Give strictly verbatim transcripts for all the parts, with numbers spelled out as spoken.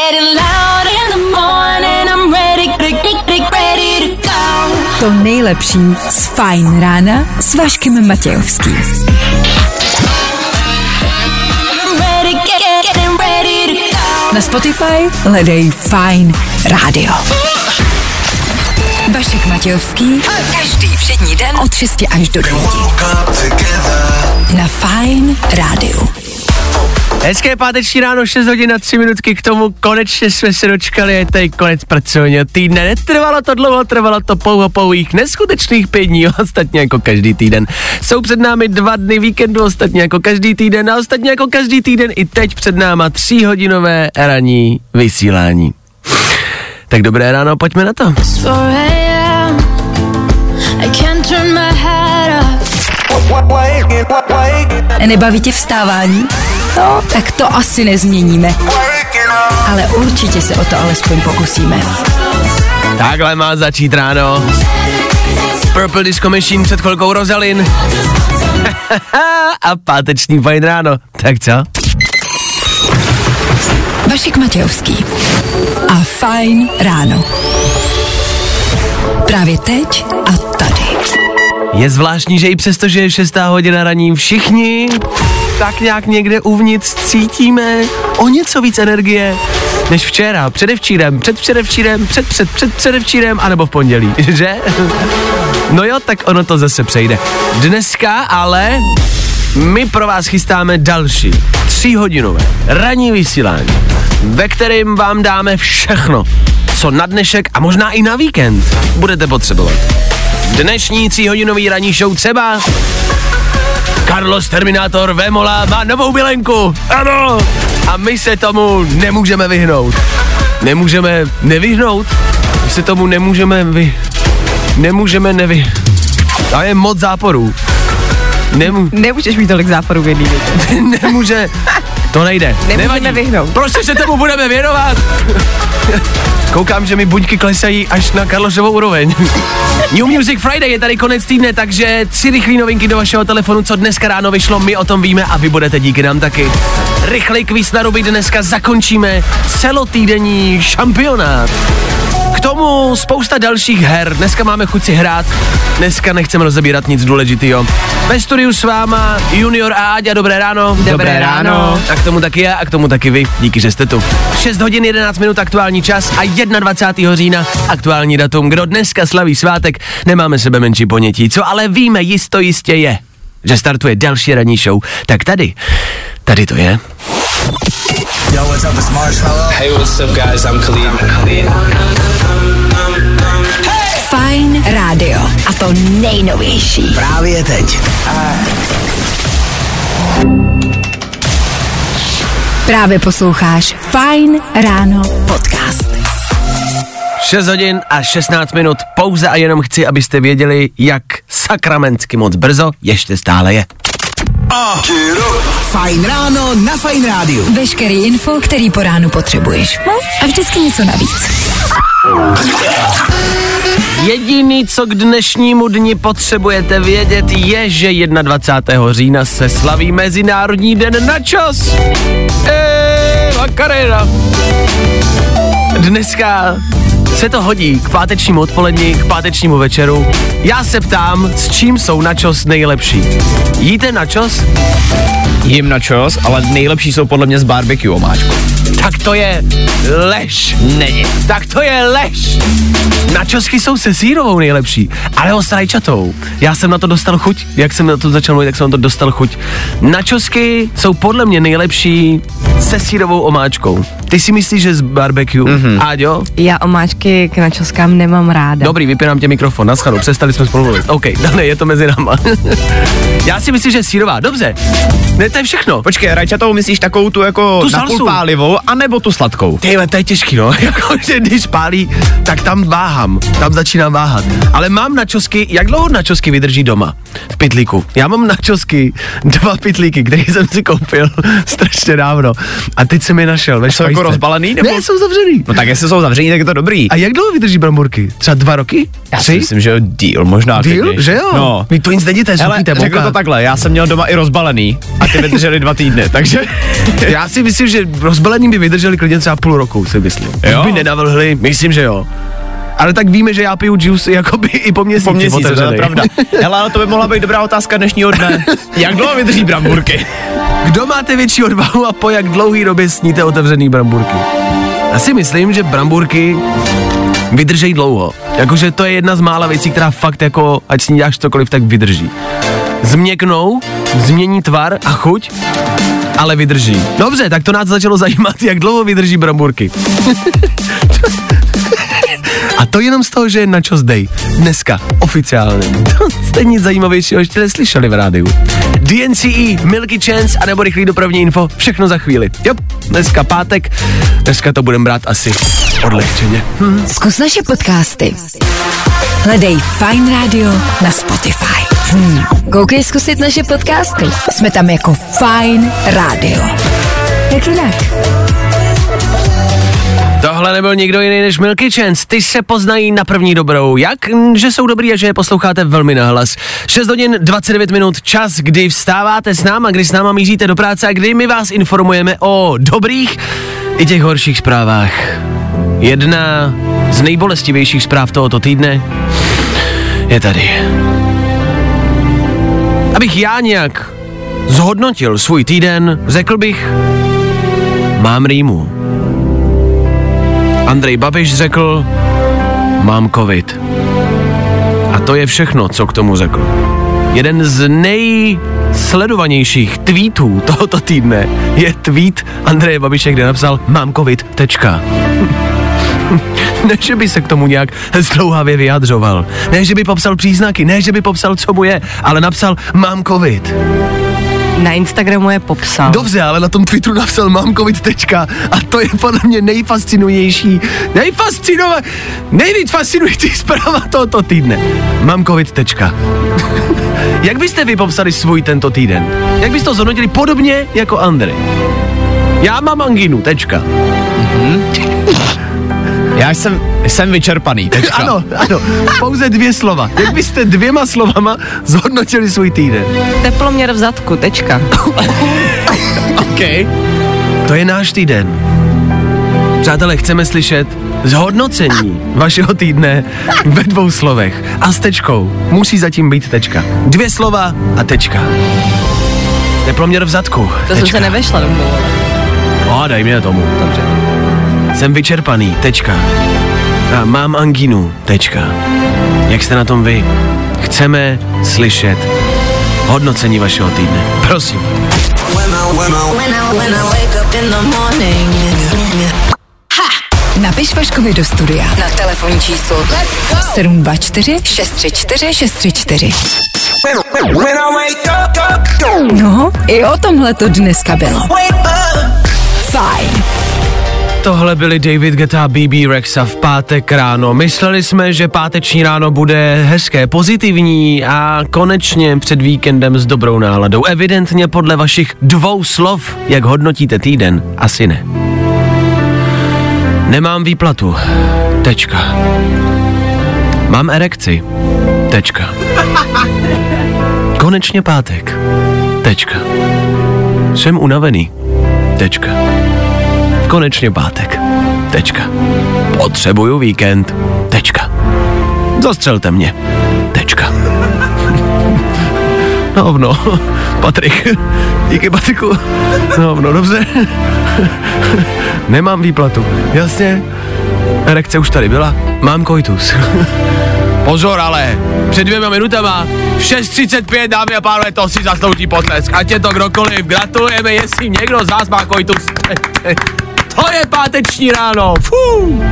To nejlepší z Fajn rána s Vaškem Matějovským. Na Spotify hledej Fajn rádio. Vašek Matějovský každý všední den od šesti až do devíti. Na Fajn rádiu. Hezké páteční ráno, šest hodin a tři minutky, k tomu konečně jsme se dočkali, je tady konec pracovního týdne. Netrvalo to dlouho, trvalo to pouho pouhých neskutečných pět dní, ostatně jako každý týden. Jsou před námi dva dny víkendu, ostatně jako každý týden a ostatně jako každý týden i teď před náma tříhodinové ranní vysílání. Tak dobré ráno, pojďme na to. Nebaví tě vstávání? No, tak to asi nezměníme. Ale určitě se o to alespoň pokusíme. Takhle má začít ráno. Purple Disco Machine, před chvilkou Rozalin. A páteční Fajn ráno. Tak co? Vašek Matějovský a Fajn ráno. Právě teď a tady. Je zvláštní, že i přesto, že je šestá hodina raní, všichni tak nějak někde uvnitř cítíme o něco víc energie než včera, předevčírem, předvčerevčírem, před, před, před předevčírem, anebo v pondělí, že? No jo, tak ono to zase přejde. Dneska ale my pro vás chystáme další tříhodinové ranní vysílání, ve kterém vám dáme všechno, co na dnešek a možná i na víkend budete potřebovat. Dnešní tříhodinový ranní show třeba Carlos Terminator Vémola má novou milenku, ano, a my se tomu nemůžeme vyhnout. Nemůžeme nevyhnout? My se tomu nemůžeme vy... Nemůžeme nevy... To je moc záporů. Nemů... Nemůžeš mít tolik záporů v jedný větě. Nemůže... To nejde. Nemůžeme Nevadí. vyhnout. Prostě se tomu budeme věnovat. Koukám, že mi buňky klesají až na Karlošovou úroveň. New Music Friday je tady konec týdne, takže tři rychlé novinky do vašeho telefonu, co dneska ráno vyšlo, my o tom víme a vy budete díky nám taky. Rychlej kvíz na ruby, dneska zakončíme celotýdenní šampionát. K tomu spousta dalších her, dneska máme chuť si hrát, dneska nechceme rozebírat nic důležitého. Ve studiu s váma Junior a Áďa, dobré ráno. Dobré, dobré ráno. A k tomu taky já a k tomu taky vy, díky, že jste tu. šest hodin jedenáct minut aktuální čas a dvacátého prvního října aktuální datum. Kdo dneska slaví svátek, nemáme sebe menší ponětí, co ale víme jisto jistě je, že startuje další ranní show. Tak tady, tady to je. Yo, what's up, it's Marshmello. Hey, what's up, guys? I'm Khalid. Fajn rádio a to nejnovější. Právě teď. Právě posloucháš Fajn ráno podcast. šest hodin a šestnáct minut, pouze a jenom chci, abyste věděli, jak sakramentsky moc brzo ještě stále je. Fajn ráno na Fajn rádiu. Veškerý info, který po ránu potřebuješ. No? A vždycky něco navíc. Jediný, co k dnešnímu dni potřebujete vědět, je, že dvacátého prvního října se slaví Mezinárodní den načos. Eee, Makarena. Dneska se to hodí k pátečnímu odpolední, k pátečnímu večeru. Já se ptám, s čím jsou načos nejlepší. Jíte načos? Jím načos, ale nejlepší jsou podle mě z barbecue omáčkou. Tak to je lež. Není. Tak to je lež. Načosky jsou se sírovou nejlepší, ale o srajčatou. Já jsem na to dostal chuť, jak jsem na to začal mluvit, tak jsem na to dostal chuť. Načosky jsou podle mě nejlepší se sírovou omáčkou. Ty si myslíš, že z barbecue? Mm-hmm. Áďo? Já omáčky k načoskám nemám ráda. Dobrý, vypínám tě mikrofon, naschledanou, přestali jsme spolu mluvit. OK, ne, je to mezi náma. Já si myslím, že sírová, dobře. Ne, to je všechno. Počkej, rajčatou myslíš takovou tu jako tu napůl pálivou, anebo tu sladkou? Tyhle, to je těžký, no. Jakože když pálí, tak tam váhám. Tam začínám váhat. Ale mám načosky, jak dlouho načosky vydrží doma? V pytlíku. Já mám načosky, dva pytlíky, který jsem si koupil strašně dávno. A teď jsem je našel ve Švajcarsku. Jako rozbalený? Nebo? Ne, jsou zavřený. No tak jestli jsou zavřený, tak je to dobrý. A jak dlouho vydrží bramburky? Třeba dva roky? Já Tři? si myslím, že díl, možná. Díl, klidnější. že jo? No. Vy to nic neděte, Hele, suchýte, řekl to takhle, já jsem měl doma i rozbalený a ty vydrželi dva týdny, takže... Já si myslím, že rozbalený by vydrželi klidně třeba půl roku, si myslím. Jo? Už by nenavlhli, myslím, že jo. Ale tak víme, že já piju juice jakoby i po měsíci. Po měsíci, to je otevřenej. pravda. Hele, ale to by mohla být dobrá otázka dnešního dne. Jak dlouho vydrží bramburky? Kdo máte větší odvahu a po jak dlouhý době sníte otevřený bramburky? Já si myslím, že bramburky vydrží dlouho. Jakože to je jedna z mála věcí, která fakt jako, ať snídáš cokoliv, tak vydrží. Změknou, změní tvar a chuť, ale vydrží. Dobře, tak to nás začalo zajímat, jak dlouho vydrží bramburky. A to jenom z toho, že je Nachos Day. Dneska, oficiálně. Jste nic zajímavějšího ještě neslyšeli v rádiu. D N C E, Milky Chance a nebo rychlý dopravní info, všechno za chvíli. Jo, dneska pátek, dneska to budeme brát asi odlehčeně. Hm. Zkus naše podcasty. Hledej Fine Radio na Spotify. Hmm. Koukej zkusit naše podcasty. Jsme tam jako Fine Radio. Jak jinak? Tohle nebyl nikdo jiný než Milky Chance. Ty se poznají na první dobrou. Jak? Že jsou dobrý a že je posloucháte velmi nahlas. šest hodin dvacet devět minut, čas, kdy vstáváte s náma, kdy s náma míříte do práce a kdy my vás informujeme o dobrých i těch horších zprávách. Jedna z nejbolestivějších zpráv tohoto týdne je tady. Abych já nějak zhodnotil svůj týden, řekl bych, mám rýmu. Andrej Babiš řekl, mám covid. A to je všechno, co k tomu řekl. Jeden z nejsledovanějších tweetů tohoto týdne je tweet Andreje Babiše, kde napsal, mám covid, tečka. Ne, že by se k tomu nějak zdlouhavě vyjadřoval. Ne, že by popsal příznaky, ne, že by popsal, co mu je, ale napsal, mám covid. Na Instagramu je popsal. Dobře, ale na tom Twitteru napsal mám covid, tečka. A to je podle mě nejfascinunější, nejfascinova, nejvíc fascinující zpráva tohoto týdne. Mám covid, tečka. Jak byste vy popsali svůj tento týden? Jak byste to zhodnotili podobně jako Andrej? Já mám anginu, tečka. Mm-hmm. Já jsem, jsem vyčerpaný, tečka. Ano, ano, pouze dvě slova. Jak byste dvěma slovama zhodnotili svůj týden? Teploměr v zadku, tečka. OK. To je náš týden. Přátelé, chceme slyšet zhodnocení vašeho týdne ve dvou slovech. A s tečkou. Musí zatím být tečka. Dvě slova a tečka. Teploměr v zadku. To jsem se nevešla domů. O, daj mě tomu. Dobře. Jsem vyčerpaný, tečka. A mám anginu, tečka. Jak jste na tom vy? Chceme slyšet hodnocení vašeho týdne. Prosím. Napiš Vaškovi do studia na telefonní číslo sedm dva čtyři šest tři čtyři šest tři čtyři. No, i o tomhle to dneska bylo. Fajn. Tohle byli David Guetta, B B Rexa v pátek ráno. Mysleli jsme, že páteční ráno bude hezké, pozitivní a konečně před víkendem s dobrou náladou. Evidentně podle vašich dvou slov, jak hodnotíte týden, asi ne. Nemám výplatu. Tečka. Mám erekci. Tečka. Konečně pátek. Tečka. Jsem unavený. Tečka. Konečně pátek. Tečka. Potřebuju víkend. Tečka. Zastřelte mě. Tečka. No, no, Patrik. Díky, Patriku. No, no, dobře. Nemám výplatu. Jasně. Erekce už tady byla. Mám koitus. Pozor ale, před dvěma minutama, v šest třicet pět, dámy a pánové, to si zaslouží potlesk. Ať je to kdokoliv, gratulujeme, jestli někdo z vás má koitus. To je páteční ráno. Fú.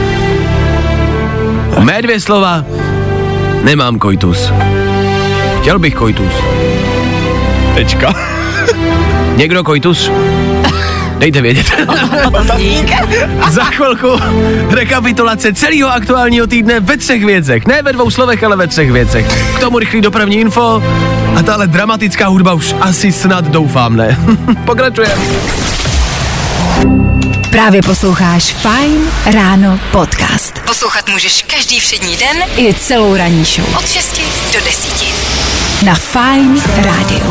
Mé dvě slova. Nemám koitus. Chtěl bych koitus. Tečka. Někdo koitus? Dejte vědět. Za chvilku rekapitulace celého aktuálního týdne ve třech věcech. Ne ve dvou slovech, ale ve třech věcech. K tomu rychlý dopravní info a tahle dramatická hudba už asi snad doufám, ne? Pokračujeme. Právě posloucháš Fajn ráno podcast. Poslouchat můžeš každý všední den i celou ranní show. Od šesti do desíti. Na Fajn rádiu.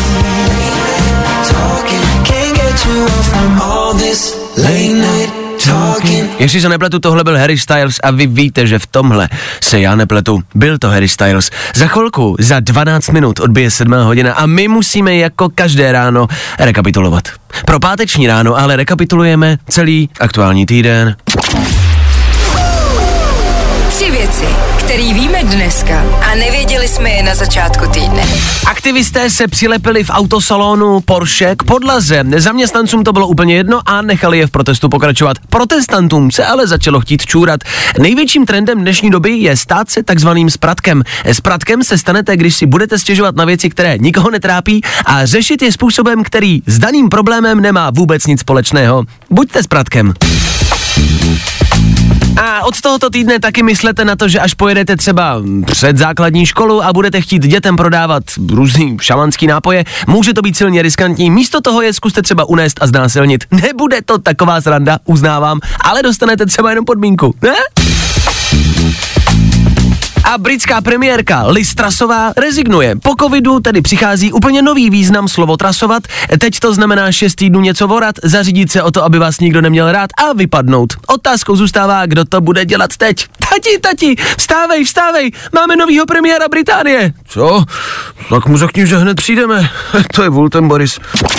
Jestli se nepletu, tohle byl Harry Styles a vy víte, že v tomhle se já nepletu. Byl to Harry Styles. Za chvilku, za dvanáct minut odbije sedmá hodina a my musíme jako každé ráno rekapitulovat. Pro páteční ráno ale rekapitulujeme celý aktuální týden. Tři věci, které víme dneska a nevěděli jsme je na začátku týdne. Aktivisté se přilepili v autosalonu Porsche k podlaze. Zaměstnancům to bylo úplně jedno a nechali je v protestu pokračovat. Protestantům se ale začalo chtít čůrat. Největším trendem dnešní doby je stát se takzvaným spratkem. Spratkem se stanete, když si budete stěžovat na věci, které nikoho netrápí a řešit je způsobem, který s daným problémem nemá vůbec nic společného. Buďte spratkem. A od tohoto týdne taky myslete na to, že až pojedete třeba před základní školu a budete chtít dětem prodávat různý šamanský nápoje, může to být silně riskantní. Místo toho je zkuste třeba unést a znásilnit. Nebude to taková sranda, uznávám, ale dostanete třeba jenom podmínku, ne? A britská premiérka Liz Trussová rezignuje. Po covidu tedy přichází úplně nový význam slovo trasovat. Teď to znamená šest týdnů něco vorat, zařídit se o to, aby vás nikdo neměl rád a vypadnout. Otázkou zůstává, kdo to bude dělat teď. Tati, tati, vstávej, vstávej, máme novýho premiéra Británie. Co? Tak mu řekni, že hned přijdeme. To je Vulten Boris.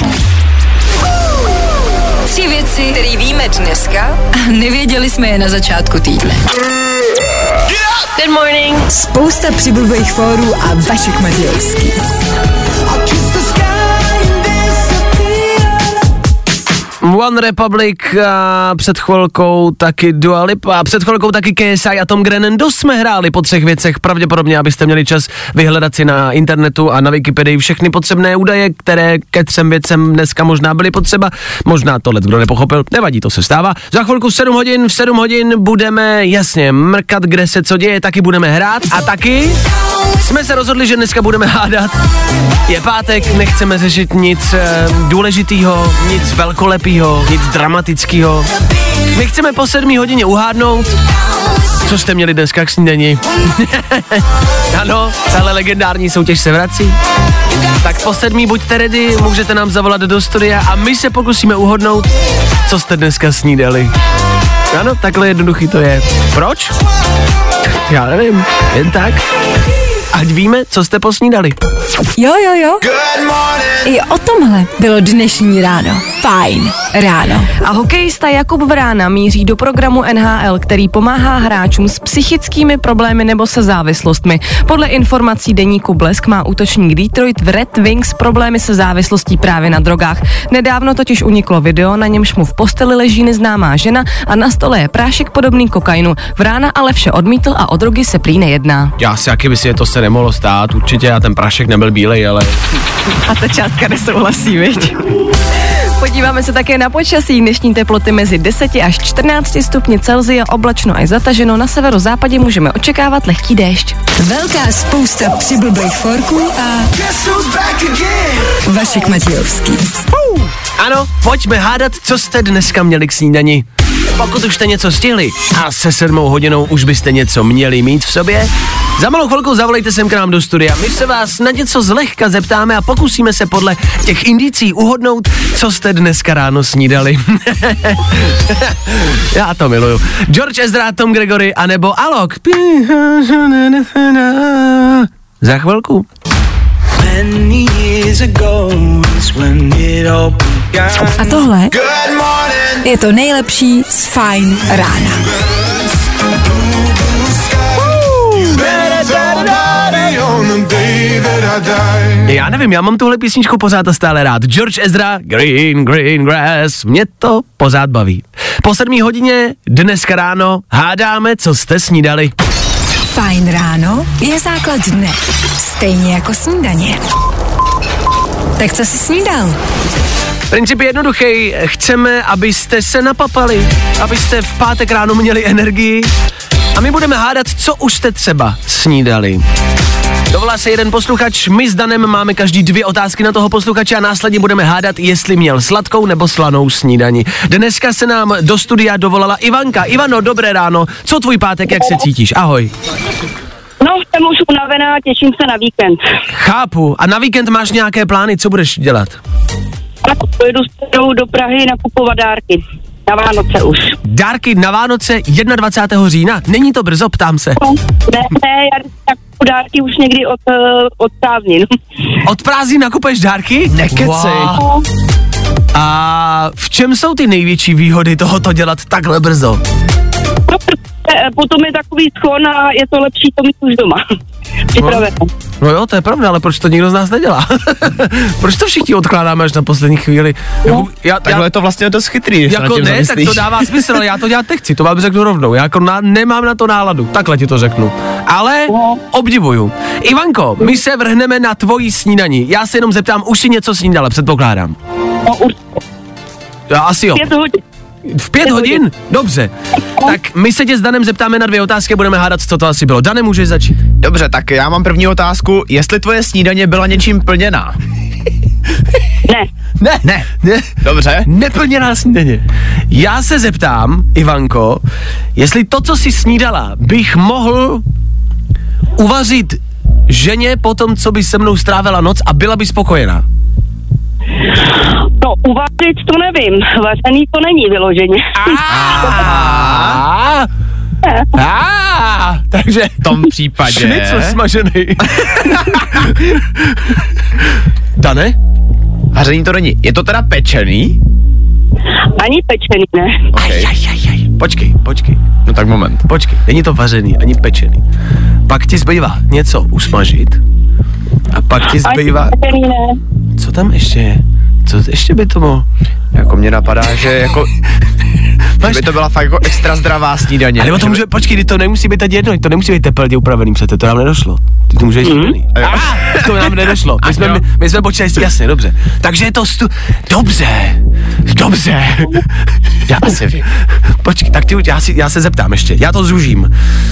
Tři věci, které víme dneska a nevěděli jsme je na začátku týdne. Good morning. Spousta přibulbých fórů a Vašek Matějovský. One Republic a před chvilkou taky Dua Lipa a před chvilkou taky K S I a Tom Grennan. Dost jsme hráli po třech věcech, pravděpodobně, abyste měli čas vyhledat si na internetu a na Wikipedii všechny potřebné údaje, které ke třem věcem dneska možná byly potřeba. Možná tohle, kdo nepochopil, nevadí, to se stává. Za chvilku sedm hodin, v sedm hodin budeme jasně mrkat, kde se co děje, taky budeme hrát a taky jsme se rozhodli, že dneska budeme hádat. Je pátek, nechceme řešit nic e, důležitýho, nic velkolepýho, nic dramatického. My chceme po sedmý hodině uhádnout, co jste měli dneska k snídani. Ano, tahle legendární soutěž se vrací. Tak po sedmý buďte ready, můžete nám zavolat do studia a my se pokusíme uhodnout, co jste dneska snídali. Ano, takhle jednoduchý to je. Proč? Já nevím, jen tak. Ať víme, co jste posnídali. Jo, jo, jo. I o tomhle bylo dnešní ráno. Fajn ráno. A hokejista Jakub Vrána míří do programu N H L, který pomáhá hráčům s psychickými problémy nebo se závislostmi. Podle informací deníku Blesk má útočník Detroit v Red Wings problémy se závislostí právě na drogách. Nedávno totiž uniklo video, na němž mu v posteli leží neznámá žena a na stole je prášek podobný kokainu. Vrána ale vše odmítl a o drogy se prý nejedná. Já si jaký myslím, že to se nemohlo stát, určitě, a ten prašek nebyl bílej, ale... A ta částka nesouhlasí, viď? Podíváme se také na počasí. Dnešní teploty mezi deseti až čtrnácti stupni Celsia, oblačno až zataženo. Na severozápadě můžeme očekávat lehký déšť. Velká spousta přibulbých forků a Vašek Matějovský. Ano, pojďme hádat, co jste dneska měli k snídani. Pokud už jste něco stihli a se sedmou hodinou už byste něco měli mít v sobě, za malou chvilku zavolejte sem k nám do studia. My se vás na něco zlehka zeptáme a pokusíme se podle těch indicí uhodnout, co jste dneska ráno snídali. Já to miluju. George Ezra, Tom Gregory anebo Alok. Za chvilku. A tohle je to nejlepší z Fajn rána. Já nevím, já mám tuhle písničku pořád a stále rád. George Ezra, Green, Green Grass, mě to pořád baví. Po sedmý hodině dneska ráno hádáme, co jste snídali. Fajn ráno je základ dne, stejně jako snídaně. Tak co jsi snídal? Princip je jednoduchý, chceme, abyste se napapali, abyste v pátek ráno měli energii a my budeme hádat, co už jste třeba snídali. Dovolá se jeden posluchač, my s Danem máme každý dvě otázky na toho posluchače a následně budeme hádat, jestli měl sladkou nebo slanou snídani. Dneska se nám do studia dovolala Ivanka. Ivano, dobré ráno. Co tvůj pátek, jak se cítíš? Ahoj. No, jsem už unavená, těším se na víkend. Chápu. A na víkend máš nějaké plány, co budeš dělat? Pojedu s dcerou do Prahy nakupovat dárky. Na Vánoce už. Dárky na Vánoce dvacátého prvního října? Není to brzo, ptám se. No, ne, ne, já nakupu dárky už někdy od, od prázdnin. Od prázdnin nakupuješ dárky? Nekecej. Wow. A v čem jsou ty největší výhody tohoto dělat takhle brzo? No, potom je takový sklon a je to lepší to mít už doma. Připravené. No, no jo, to je pravda, ale proč to nikdo z nás nedělá? Proč to všichni odkládáme až na poslední chvíli? No, jako, já, Takhle já, je to vlastně dost chytrý, jako ne, zamyslíš. Tak to dává smysl, ale já to dělat nechci, to vám řeknu rovnou. Já jako na, nemám na to náladu, takhle ti to řeknu. Ale no. Obdivuju. Ivanko, my se vrhneme na tvoji snídani. Já se jenom zeptám, už si něco snídala, předpokládám. No určitě. Já asi jo. Pět hodin. V pět hodin? Dobře. Tak my se tě s Danem zeptáme na dvě otázky a budeme hádat, co to asi bylo. Dane, můžeš začít. Dobře, tak já mám první otázku. Jestli tvoje snídaně byla něčím plněná? Ne. Ne, Ne. ne. Dobře. Neplněná snídaně. Já se zeptám, Ivanko, jestli to, co jsi snídala, bych mohl uvařit ženě po tom, co by se mnou strávila noc a byla by spokojená. No, uvařit to nevím. Vařený to není vyloženě. Ah, ah, takže V tom případě... šnicl smažený. Dane? Vaření to není. Je to teda pečený? Ani pečený, ne. Okay. Aj, aj, aj. Počkej, počkej. No tak moment. Počkej, není to vařený, ani pečený. Pak ti zbývá něco usmažit a pak ti zbývá... Ani pečený, ne. Co tam ještě je? Co ještě by to mohlo? Jako mě napadá, že jako... Máš... by to byla fakt jako extra zdravá snídaně. Ale o tom, že počkej, to nemusí být teď jedno, to nemusí být teplně upravený přece, to nám nedošlo. Ty to může být studený. Mm. Ah, to nám nedošlo. My jsme, my, my jsme počítali, jasně, dobře. Takže je to stu... Dobře, dobře. Já asi vím. Počkej, tak ty, já, si, já se zeptám ještě, já to zúžím.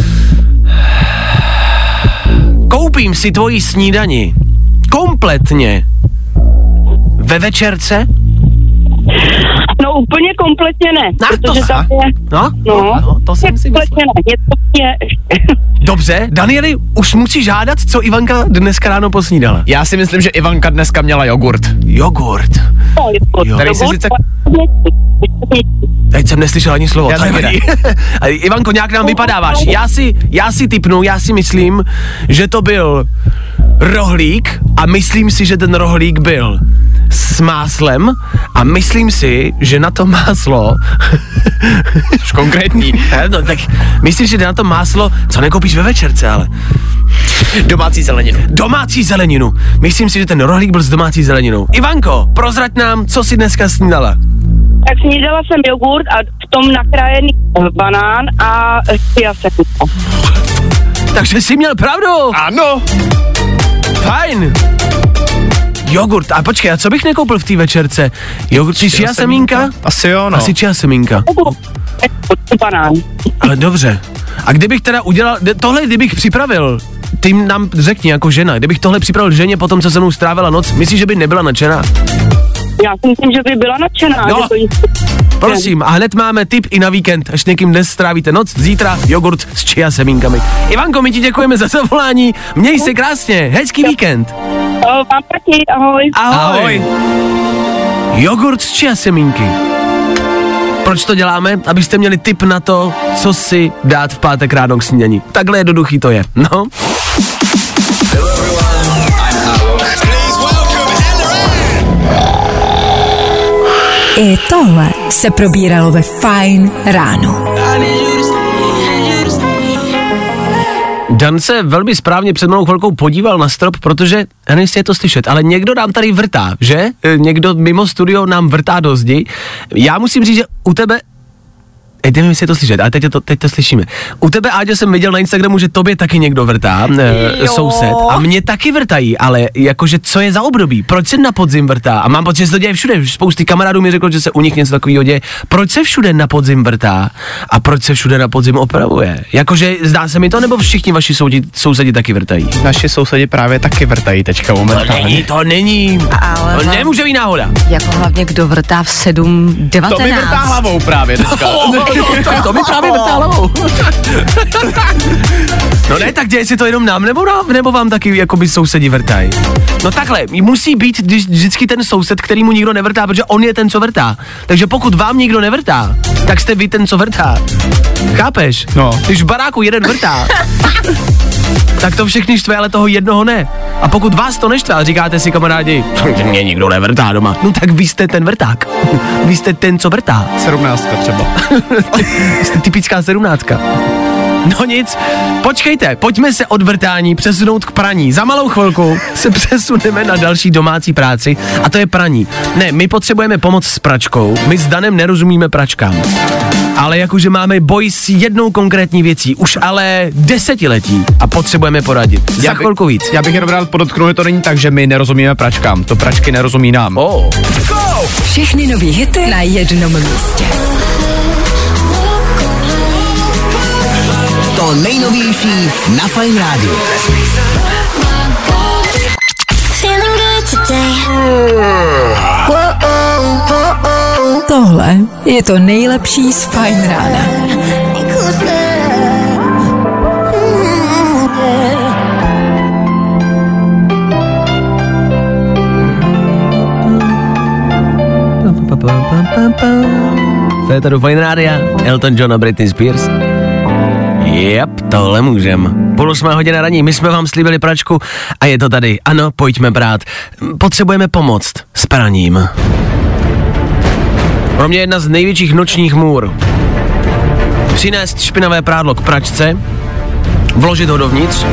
Koupím si tvoji snídani kompletně ve večerce? No úplně kompletně ne, No, protože to, tam je... no, No, no, to jsem si kompletně myslel. ne, je to je... Dobře, Danieli, už musíš žádat, co Ivanka dneska ráno posnídala. Já si myslím, že Ivanka dneska měla jogurt. Jogurt. No, je to, Jo. Tady si sice... Teď jsem neslyšel ani slovo, Já to nevadí. A Ivanko, nějak nám vypadáváš. Já si, já si tipnu, já si myslím, že to byl rohlík a myslím si, že ten rohlík byl s máslem a myslím si, že na to máslo... Už konkrétní. No, tak myslím, že na to máslo, co nekoupíš ve večerce, ale... Domácí zeleninu. Domácí zeleninu. Myslím si, že ten rohlík byl s domácí zeleninou. Ivanko, prozrať nám, co jsi dneska snídala. Tak snídala jsem jogurt a v tom nakrájený banán a chia semínka. Takže jsi měl pravdu. Ano. Fajn. Jogurt. A počkej, a co bych nekoupil v té večerce? Jogurt či chia semínka? Asi jo, no. Asi chia semínka. Banán. Ale dobře. A kdybych teda udělal, tohle kdybych připravil, ty nám řekni jako žena, kdybych tohle připravil ženě po tom, co se mnou strávila noc, myslíš, že by nebyla nadšená? Já si myslím, že by byla nadšená. No. Že to jí... Prosím, a hned máme tip i na víkend, až někým dnes strávíte noc, zítra jogurt s chia semínkami. Ivanko, my ti děkujeme za zavolání, měj se krásně, hezký víkend. O, vám taky, ahoj. Ahoj. Ahoj. Jogurt s chia semínky. Proč to děláme? Abyste měli tip na to, co si dát v pátek ráno k snídani. Takhle jednoduchý to je, no. I tohle se probíralo ve Fajn ráno. Dan se velmi správně před malou chvilkou podíval na strop, protože, já nevím, jestli je to slyšet, ale někdo nám tady vrtá, že? Někdo mimo studio nám vrtá do zdi. Já musím říct, že u tebe Ej, nevím, jestli je to slyšet, ale teď to, teď to slyšíme. U tebe, Áďo, jsem viděl na Instagramu, že tobě taky někdo vrtá, e, soused. A mě taky vrtají, ale jakože co je za období? Proč se na podzim vrtá? A mám pocit, že se to děje všude. Spousty kamarádů mi řeklo, že se u nich něco takového děje. Proč se všude na podzim vrtá? A proč se všude na podzim opravuje? Jakože zdá se mi to, nebo všichni vaši soudi, sousedi taky vrtají? Naši sousedi právě taky vrtají teďka momentálně. To není, to není. Ale to nemůže být náhoda. Jako hlavně kdo vrtá v sedm devatenáct. To mi vrtá hlavou právě teďka. to, to mi právě vrtá hlavou. No ne, tak děje si to jenom nám, nebo nám, nebo vám taky jakoby sousedi vrtají. No takhle, musí být když, vždycky ten soused, který mu nikdo nevrtá, protože on je ten, co vrtá. Takže pokud vám nikdo nevrtá, tak jste vy ten, co vrtá. Chápeš? No. Když v baráku jeden vrtá, tak to všechny štve, ale toho jednoho ne. A pokud vás to neštve a říkáte si, kamarádi, mě nikdo nevrtá doma, no tak vy jste ten vrták. Vy jste ten, co vrtá. Sedmnáctka třeba. Jste typická sedmnáctka. No nic, počkejte, pojďme se od vrtání přesunout k praní. Za malou chvilku se přesuneme na další domácí práci a to je praní. Ne, my potřebujeme pomoc s pračkou, my s Danem nerozumíme pračkám. Ale jakože máme boj s jednou konkrétní věcí, už ale desetiletí a potřebujeme poradit. Za chvilku víc. Já bych jenom rád podotknul, že to není tak, že my nerozumíme pračkám, to pračky nerozumí nám. Oh. Všechny nový hity na jednom místě. To nejnovější na Fajn rádiu. Tohle je to nejlepší z Fajn rána. Féteru Fajn rádia, Elton John a Britney Spears. Jep, tohle můžem. Půl osmé hodina raní, my jsme vám slíbili pračku a je to tady. Ano, pojďme brát. Potřebujeme pomoct s praním. Pro mě jedna z největších nočních můr. Přinést špinavé prádlo k pračce, vložit ho dovnitř.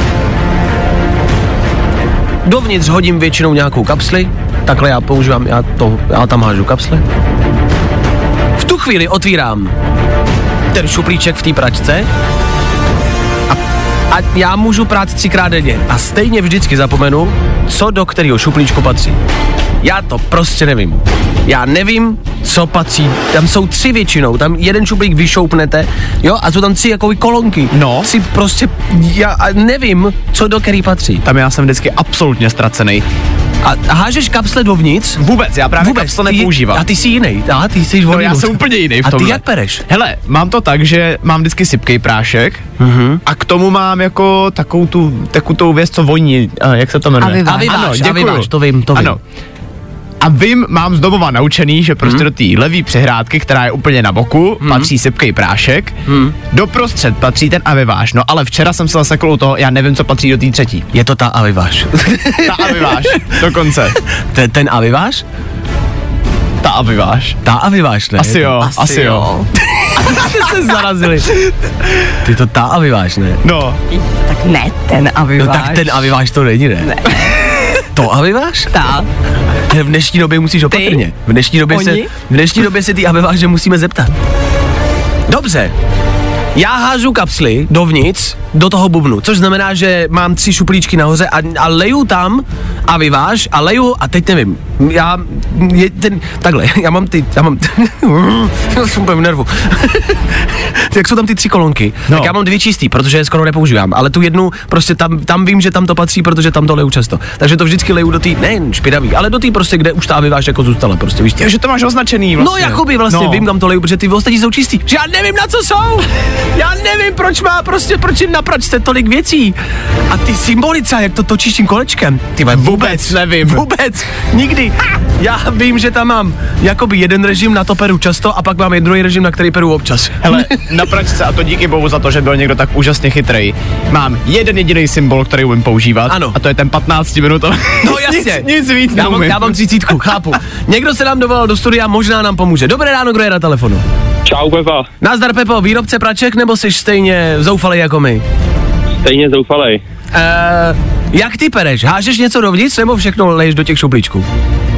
Dovnitř hodím většinou nějakou kapsli, takhle já používám, já, to, já tam hážu kapsle. V tu chvíli otvírám ten šuplíček v té pračce a, a já můžu prát třikrát denně a stejně vždycky zapomenu, co do kterého šuplíčku patří. Já to prostě nevím. Já nevím, co patří. Tam jsou tři většinou, tam jeden šuplík vyšoupnete, jo, a jsou tam tři jako kolonky. No. Tři prostě, já nevím, co do který patří. Tam já jsem vždycky absolutně ztracený. A, a hážeš kapsle dovnitř? Vůbec, já právě Vůbec, kapsle ty- nepoužívám. A ty jsi jiný, a ty jsi No, volný já lud. jsem úplně jiný v A tomhle. ty jak pereš? Hele, mám to tak, že mám vždycky sypkej prášek Mhm. a k tomu mám jako takovou tu tekutou věc, co voní, uh, jak se to jmenuje? Aviváš. Aviváš, Ano, děkuju. aviváš, to vím, to vím. Ano. A vím, mám z domova naučený, že prostě Hmm. do té levý přehrádky, která je úplně na boku, hmm. patří sypkej prášek, hmm. doprostřed patří ten aviváš. No ale včera jsem se zasekl u toho, já nevím, co patří do té třetí. Je to ta aviváš. Ta aviváš, dokonce. ten, ten aviváš? Ta aviváš. Ta aviváš, ne? Asi jo, asi, asi jo. Jste se zarazili. Ty to ta aviváš, ne? No, Tak ne, ten aviváš. No tak ten aviváš to není, ne? ne. To aviváš? Ta. V dnešní době musíš opatrně. V dnešní době se, Oni? v dnešní době se ty aviváže musíme zeptat. Dobře. Já hážu kapsly dovnitř do toho bubnu, což znamená, že mám tři šuplíčky nahoře a, a leju tam a vyváž a leju a teď nevím, já, je ten, takhle, já mám ty, já mám, já jsem úplně v nervu. Jak jsou tam ty tři kolonky, no. Tak já mám dvě čistý, protože je skoro nepoužívám, ale tu jednu prostě tam, tam vím, že tam to patří, protože tam to leju často. Takže to vždycky leju do té, ne špinavý, ale do té prostě, kde už ta vyváž jako zůstala, prostě víš. takže to máš označený vlastně. No jakoby vlastně no. Vím, kam to leju, protože ty ostatní jsou čistý. Že já nevím, na co jsou. Já nevím, proč má prostě, proč je na pračce tolik věcí. A ty symboly třeba, jak to točíš tím kolečkem. Ty vůbec, Vůbec nevím. Vůbec, nikdy. Já vím, že tam mám jakoby jeden režim, na to peru často a pak mám jeden druhý režim, na který peru občas. Hele, na pračce, a to díky bohu za to, že byl někdo tak úžasně chytrej, mám jeden jediný symbol, který umím používat. Ano. A to je ten patnáct minut. No jasně. nic, nic víc já mám, neumím. já mám třicítku, chápu. Někdo se nám dovolal do studia, možná nám pomůže. Dobré ráno, kdo je na telefonu? Čau, Pepa. Nazdar, Pepo, výrobce praček, nebo jsi stejně zoufalý jako my? Stejně zoufalej. Uh, jak ty pereš? Hážeš něco dovnitř, nebo všechno leješ do těch šuplíčků?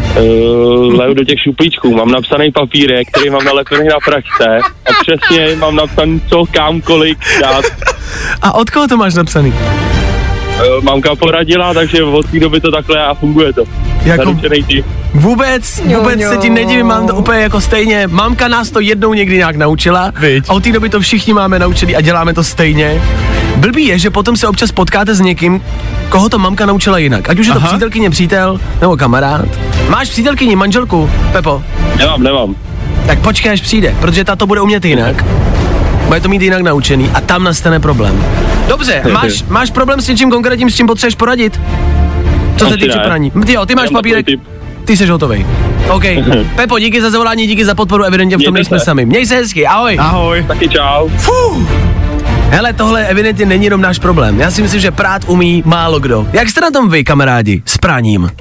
Uh, leju do těch šuplíčků, mám napsaný papírek, který mám nalepený na pračce a přesně mám napsaný co, kam, kolik dát. A od koho to máš napsaný? Uh, mamka poradila, takže od té doby to takhle a funguje to. Jako ty. Vůbec, vůbec se ti nedivím, mám to úplně jako stejně. Mamka nás to jednou někdy nějak naučila. Viď. A od té doby to všichni máme naučili a děláme to stejně. Blbý je, že potom se občas potkáte s někým, koho to mamka naučila jinak. Ať už je to Aha. přítelkyně, přítel nebo kamarád. Máš přítelkyni, manželku, Pepo? Nemám, nemám. Tak počkej, až přijde, protože ta to bude umět jinak. Bude to mít jinak naučený a tam nastane problém. Dobře, máš, máš problém s něčím konkrétním, s čím potřebuješ poradit? Co se Asi týče ne. praní. Ty jo, ty máš Jenom papírek, takový ty jsi hotovej. OK. Pepo, díky za zavolání, díky za podporu, evidentně v tom Mějte nejsme se. sami. Měj se hezky, ahoj. Ahoj. Taky čau. Fuh. Hele, tohle evidentně není jenom náš problém. Já si myslím, že prát umí málo kdo. Jak jste na tom vy, kamarádi, s praním?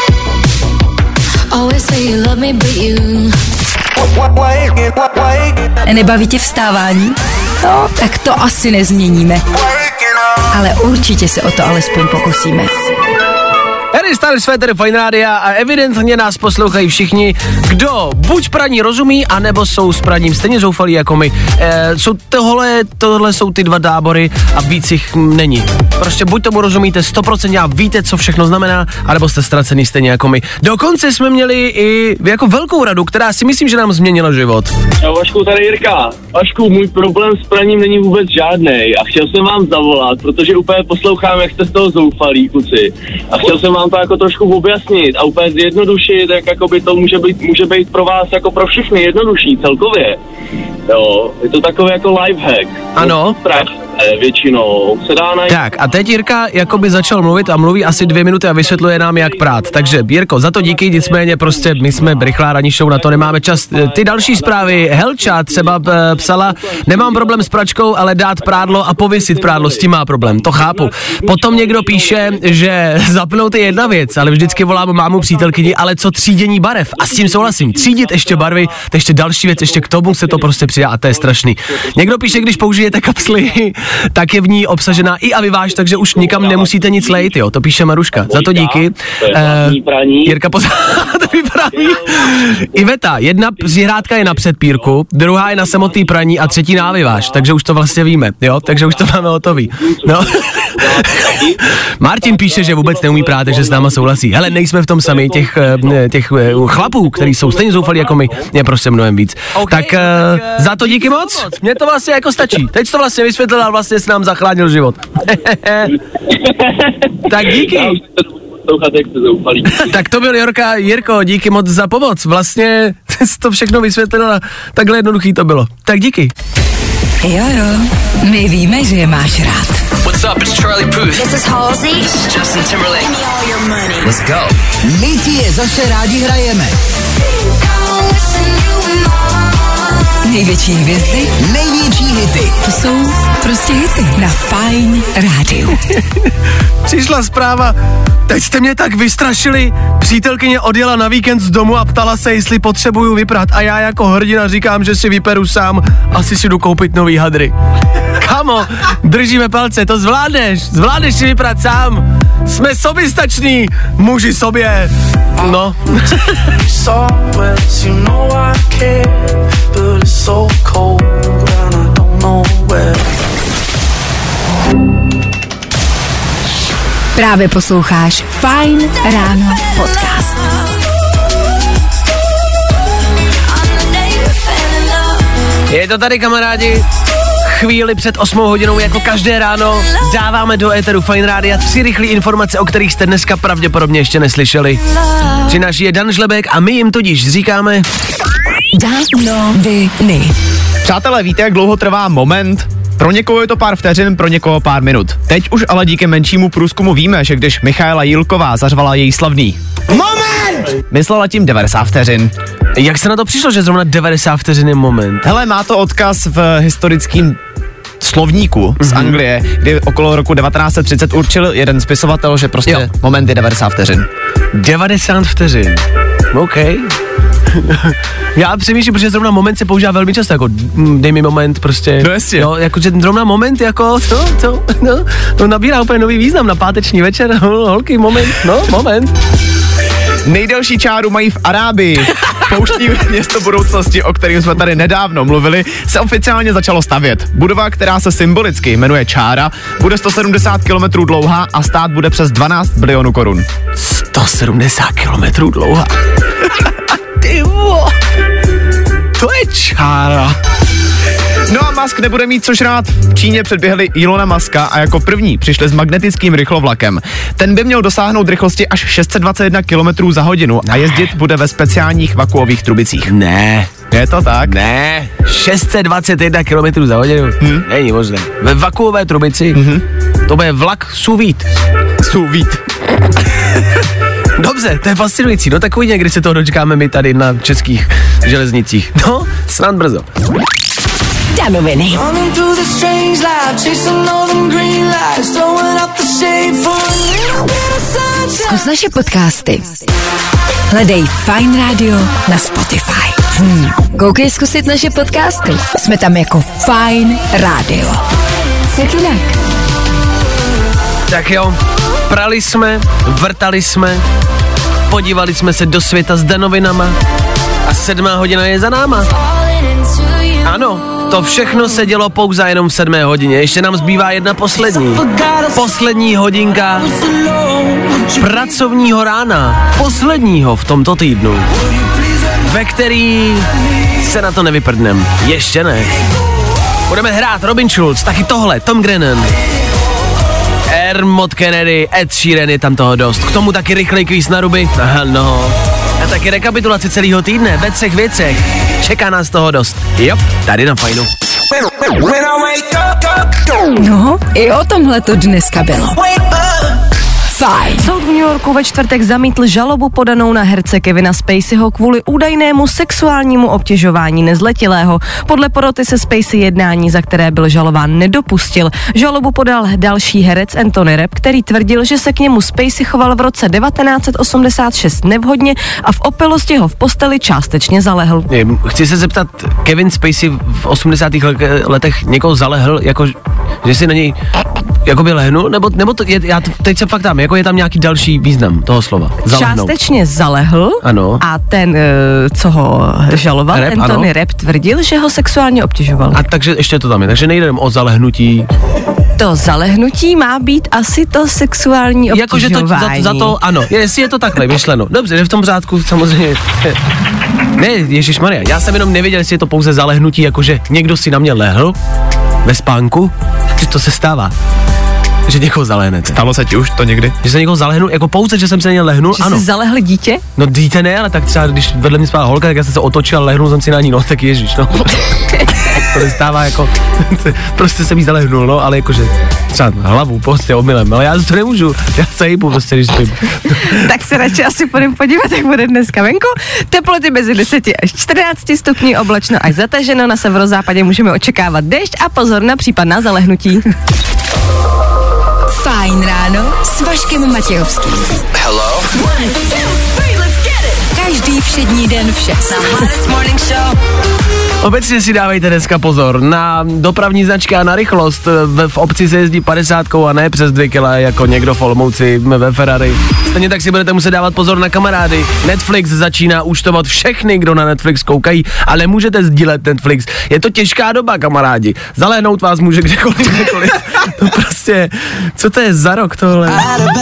Nebaví tě vstávání? No, tak to asi nezměníme. Ale určitě se o to alespoň pokusíme. Harry Styles, Féter, Fajn Rádia a evidentně nás poslouchají všichni, kdo buď praní rozumí, anebo jsou s praním stejně zoufalí jako my. E, jsou tohle, tohle jsou ty dva tábory a víc jich není. Prostě buď tomu rozumíte sto procent a víte, co všechno znamená, anebo jste ztracený stejně jako my. Dokonce jsme měli i jako velkou radu, která si myslím, že nám změnila život. No, Vašku, tady Jirka. Vašku, můj problém s praním není vůbec žádnej a chtěl jsem vám zavolat, protože úplně poslouchám, jak jste z toho zoufalí, kluci. A chtěl jsem vám to jako trošku objasnit a úplně zjednodušit, jak jakoby to může být, může být pro vás jako pro všechny jednodušší celkově. Jo, je to takový jako lifehack. Ano. Většinou se dá najít. Tak a teď Jirka jakoby začal mluvit a mluví asi dvě minuty a vysvětluje nám, jak prát. Takže Jirko, za to díky, nicméně prostě my jsme rychlá ranní show, na to nemáme čas. Ty další zprávy, Helča třeba psala, nemám problém s pračkou, ale dát prádlo a pověsit prádlo, s tím má problém, to chápu. Potom někdo píše, že zapnout je jedna věc, ale vždycky volám mámu přítelkyni, ale co třídění barev? A s tím souhlasím, třídit ještě barvy, to ještě další věc, ještě k tomu se to prostě přidá a to je strašný. Někdo píše, když použijete kapsly, tak je v ní obsažená i aviváž, takže už nikam nemusíte nic lejt, jo, to píše Maruška. Za to díky. Uh, Jirka pozná, to vypraví. Iveta, jedna přihrádka je na předpírku, druhá je na samotný praní a třetí na aviváž, takže už to vlastně víme, jo, takže už to máme hotový. No. Martin píše, že vůbec neumí prát, že s náma souhlasí. Hele, nejsme v tom sami, těch, těch chlapů, kteří jsou stejně zoufalí jako my, je prostě mnohem víc. Okay, tak uh, za to díky moc. Mně to vlastně jako stačí. Teď to vlastně vysvětlil a vlastně s nám zachránil život. Tak díky. Tak to byl Jorka, Jirko, díky moc za pomoc. Vlastně jsi to všechno vysvětlil a takhle jednoduchý to bylo. Tak díky. Jo, jo, my víme, že je máš rád. What's up, it's Charlie Puth. This is Halsey. This is Justin Timberlake. Give me all your money. Let's go. My ti je zase rádi hrajeme. Největší hvězdy, Největší hity. to jsou prostě hity na Fajn rádiu. Přišla zpráva, teď jste mě tak vystrašili, přítelkyně odjela na víkend z domu a ptala se, jestli potřebuju vyprat a já jako hrdina říkám, že si vyperu sám, asi si jdu koupit nový hadry. Kamo, držíme palce, to zvládneš, zvládneš si vyprat sám, jsme soběstační, muži sobě, no. Právě posloucháš Fajn ráno podcast. Je to tady, kamarádi. Chvíli před osmou hodinou, jako každé ráno, dáváme do éteru Fajn Rádia tři rychlé informace, o kterých jste dneska pravděpodobně ještě neslyšeli. Přináší je Dan Žlebek a my jim tudíž říkáme Danoviny. Přátelé, víte, jak dlouho trvá moment? Pro někoho je to pár vteřin, pro někoho pár minut. Teď už ale díky menšímu průzkumu víme, že když Michaela Jílková zařvala její slavný moment, myslela tím devadesát vteřin. Jak se na to přišlo, že zrovna devadesát vteřin je moment? Hele, má to odkaz v historickém slovníku z Anglie, kdy okolo roku devatenáct set třicet určil jeden spisovatel, že prostě Jo. moment je devadesát vteřin. devadesát vteřin. OK. Já přemýšlím, protože zrovna moment se používá velmi často, jako mm, dej mi moment, prostě. No jasně. Jo, jakože zrovna moment, jako, to, to, no, to nabírá úplně nový význam na páteční večer, holky, moment, no, moment. Nejdelší čáru mají v Arábii. Pouštní město budoucnosti, o kterém jsme tady nedávno mluvili, se oficiálně začalo stavět. Budova, která se symbolicky jmenuje Čára, bude sto sedmdesát kilometrů dlouhá a stát bude přes dvanáct bilionů korun. sto sedmdesát kilometrů dlouhá. Ty vo, to je čára. No a Musk nebude mít co žrát. V Číně předběhli Elona Muska a jako první přišli s magnetickým rychlovlakem. Ten by měl dosáhnout rychlosti až šest set dvacet jedna kilometrů za hodinu a jezdit bude ve speciálních vakuových trubicích. Ne. Je to tak? Ne, šest set dvacet jedna kilometrů za hodinu. Hmm? Není možné. Ve vakuové trubici hmm. to bude vlak sous vide. Sous vide. Dobře, to je fascinující. No tak uvidíme, kdy se toho dočkáme my tady na českých železnicích. No, snad brzo. Danoviny. Zkus naše podcasty. Hledej Fine Radio na Spotify. Hmm. Koukej zkusit naše podcasty. Jsme tam jako Fine Radio. Jak jinak? Tak jo, prali jsme, vrtali jsme, podívali jsme se do světa s danovinama a sedmá hodina je za náma. Ano, to všechno se dělo pouze jenom v sedmé hodině. Ještě nám zbývá jedna poslední. Poslední hodinka pracovního rána. Posledního v tomto týdnu. Ve který se na to nevyprdnem. Ještě ne. Budeme hrát Robin Schulz, taky tohle, Tom Grennan. Dermot Kennedy, Ed Sheeran, je tam toho dost. K tomu taky rychlej kvíz na ruby. Aha, no. A taky rekapitulace celého týdne ve třech věcech. Čeká nás toho dost. Jo, tady na Fajnu. No, i o tomhle to dneska bylo. Fajn. Soud v New Yorku ve čtvrtek zamítl žalobu podanou na herce Kevina Spaceyho kvůli údajnému sexuálnímu obtěžování nezletilého. Podle poroty se Spacey jednání, za které byl žalován, nedopustil. Žalobu podal další herec Anthony Rapp, který tvrdil, že se k němu Spacey choval v roce devatenáct set osmdesát šest nevhodně a v opilosti ho v posteli částečně zalehl. Chci se zeptat, Kevin Spacey v osmdesátých letech někoho zalehl, jako že si na něj jakoby lehnul, nebo, nebo to, je, já teď se fakt tam, jako je tam nějaký další význam toho slova. Zalehnout. Částečně zalehl, ano. A ten, co ho žaloval, Rap, Anthony Rapp, tvrdil, že ho sexuálně obtěžoval. A takže ještě to tam je, takže nejde jenom o zalehnutí. To zalehnutí má být asi to sexuální obtěžování. Jakože to za, za to, ano, jestli je to takhle myšleno. Dobře, je v tom řádku samozřejmě. Ne, ježišmarja, já jsem jenom nevěděl, jestli je to pouze zalehnutí, jakože někdo si na mě lehl ve spánku, že to se stává. Že někoho zalehnete. Stalo se ti už to někdy? Že se někoho zalehnul, jako pouze, že jsem se na ně lehnul, že ano. Že jsi zalehl dítě? No dítě ne, ale tak třeba, když vedle mě spala holka, tak já jsem se otočil a lehnul jsem si na ní, no tak ježiš, no. To nestává jako, prostě jsem jí zalehnul, no, ale jakože třeba hlavu, prostě omylem, ale já to nemůžu, já se hejbu prostě, když spím. Tak se radši asi půjdem podívat, jak bude dneska venku. Teploty mezi deseti až čtrnácti stupňů, oblačno až zataženo, na severozápadě můžeme očekávat déšť a pozor na případná zalehnutí. Fajn ráno s Vaškem Matějovským. Hello? One, two, three, let's get it. Každý všední den v šest. Obecně si dávejte dneska pozor na dopravní značky a na rychlost. V, v obci se jezdí padesátkou a ne přes dvě kila jako někdo v Olomouci ve Ferrari. Stejně tak si budete muset dávat pozor na kamarády. Netflix začíná účtovat všechny, kdo na Netflix koukají, ale můžete sdílet Netflix. Je to těžká doba, kamarádi. Zalehnout vás může kdekoliv, kdekoliv. To prostě, co to je za rok tohle?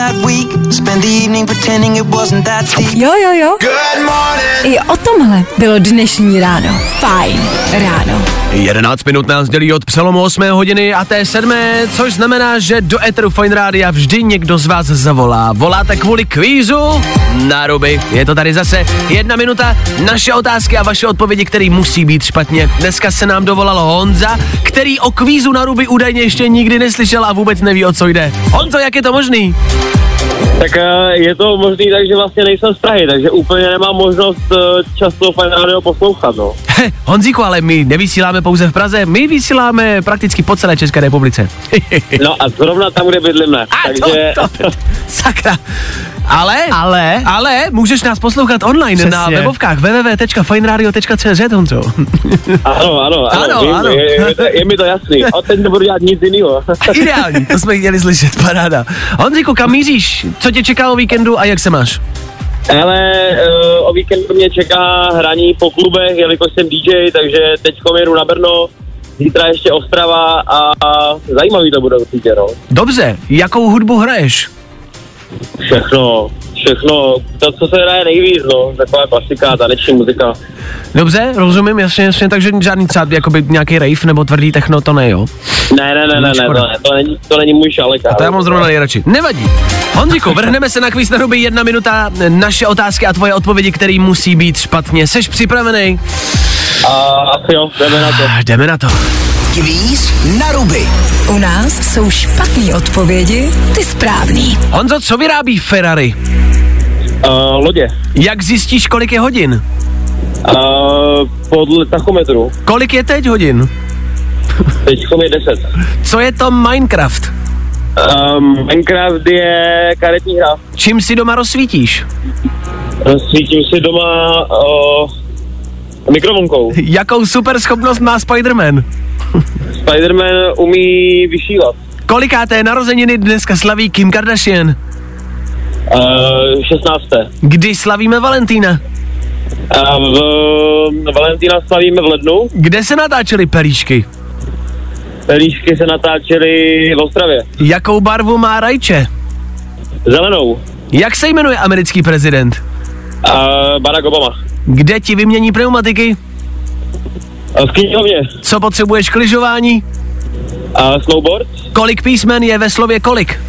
Jo, jo, jo. I o tomhle bylo dnešní ráno. Fajn ráno. jedenáct minut nás dělí od přelomu osmé hodiny a té sedmé, což znamená, že do éteru Fajn rádia vždy někdo z vás zavolá. Voláte kvůli kvízu? Na ruby. Je to tady zase jedna minuta, naše otázky a vaše odpovědi, které musí být špatně. Dneska se nám dovolal Honza, který o kvízu na ruby údajně ještě nikdy neslyšel a vůbec neví, o co jde. Honzo, jak je to možný? Tak je to možný tak, že vlastně nejsem z Prahy, takže úplně nemám možnost často Fajn rádio poslouchat, no. He, Honzíku, ale my nevysíláme pouze v Praze, my vysíláme prakticky po celé České republice. No a zrovna tam, kde bydlíme, a takže... To, to, sakra. Ale, ale, ale můžeš nás poslouchat online. Přesně. Na webovkách w w w tečka fajnradio tečka c z, Honzo. Ano, ano, ano, ano, vím, ano. Je, je, je mi to jasný. A teď nebudu dělat nic jiného. Ideální, to jsme chtěli slyšet, paráda. Honzíku, kam míříš? Co tě čeká o víkendu a jak se máš? Ale uh, o víkendu mě čeká hraní po klubech, jelikož jsem dý džej, takže teďkom jedu na Brno, zítra ještě Ostrava a, a zajímavý to bude určitě, no. Dobře, jakou hudbu hraješ? Všechno, všechno, to, co se hraje nejvíc, no, taková klasika, taneční muzika. Dobře, rozumím, jasně, jasně, takže žádný třeba jakoby nějaký rave nebo tvrdý techno, to ne, jo? Ne, ne, ne, ne, ne, to, ne to, není, to není můj šalek. A to já mám zrovna nejradši. Nevadí. Honziku, vrhneme se na kvíz na ruby, jedna minuta, naše otázky a tvoje odpovědi, který musí být špatně. Seš připravený? A asi jo, jdeme na to. Jdeme na to. Kvíz na ruby. U nás jsou špatné odpovědi, ty správný. Honzo, co vyrábí Ferrari? Uh, lodě. Jak zjistíš, kolik je hodin? Uh, podle tachometru. Kolik je teď hodin? Teďkom je deset. Co je to Minecraft? Um, Minecraft je karetní hra. Čím si doma rozsvítíš? Svítím si doma uh, mikrovlnkou. Jakou super schopnost má Spider-Man? Spider-Man umí vyšívat. Kolikáté narozeniny dneska slaví Kim Kardashian? Uh, šestnácté. Kdy slavíme Valentína? A v uh, Valentína slavíme v lednu. Kde se natáčely pelíšky? Pelíšky se natáčely v Ostravě. Jakou barvu má rajče? Zelenou. Jak se jmenuje americký prezident? Uh, Barack Obama. Kde ti vymění pneumatiky? Uh, v knihovně. Co potřebuješ k lyžování? Uh, snowboard. Kolik písmen je ve slově kolik?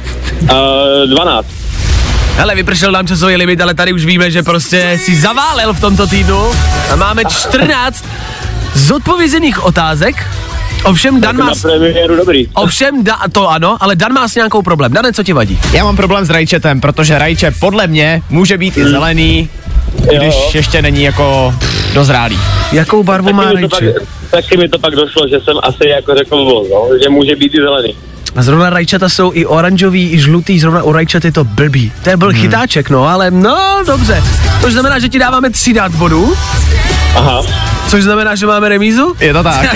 Uh, dvanáct. Hele, vypršel nám časový limit, ale tady už víme, že prostě si zaválel v tomto týdnu a máme čtrnáct zodpovězených otázek. Ovšem Dan má... Na premiéru dobrý. Ovšem, da, to ano, ale Dan má s nějakou problém. Dane, co ti vadí? Já mám problém s rajčetem, protože rajče podle mě může být i zelený, když Jo. ještě není jako dozrálý. Jakou barvu má Taky mi, to pak, rajče? taky mi to pak došlo, že jsem asi jako řekl vůz, no, že může být i zelený. A zrovna rajčata jsou i oranžový, i žlutý, zrovna u rajčat je to blbý. To je byl hmm. chytáček, no, ale no, dobře. To znamená, že ti dáváme třináct bodů. Aha. Což znamená, že máme remízu? Je to tak.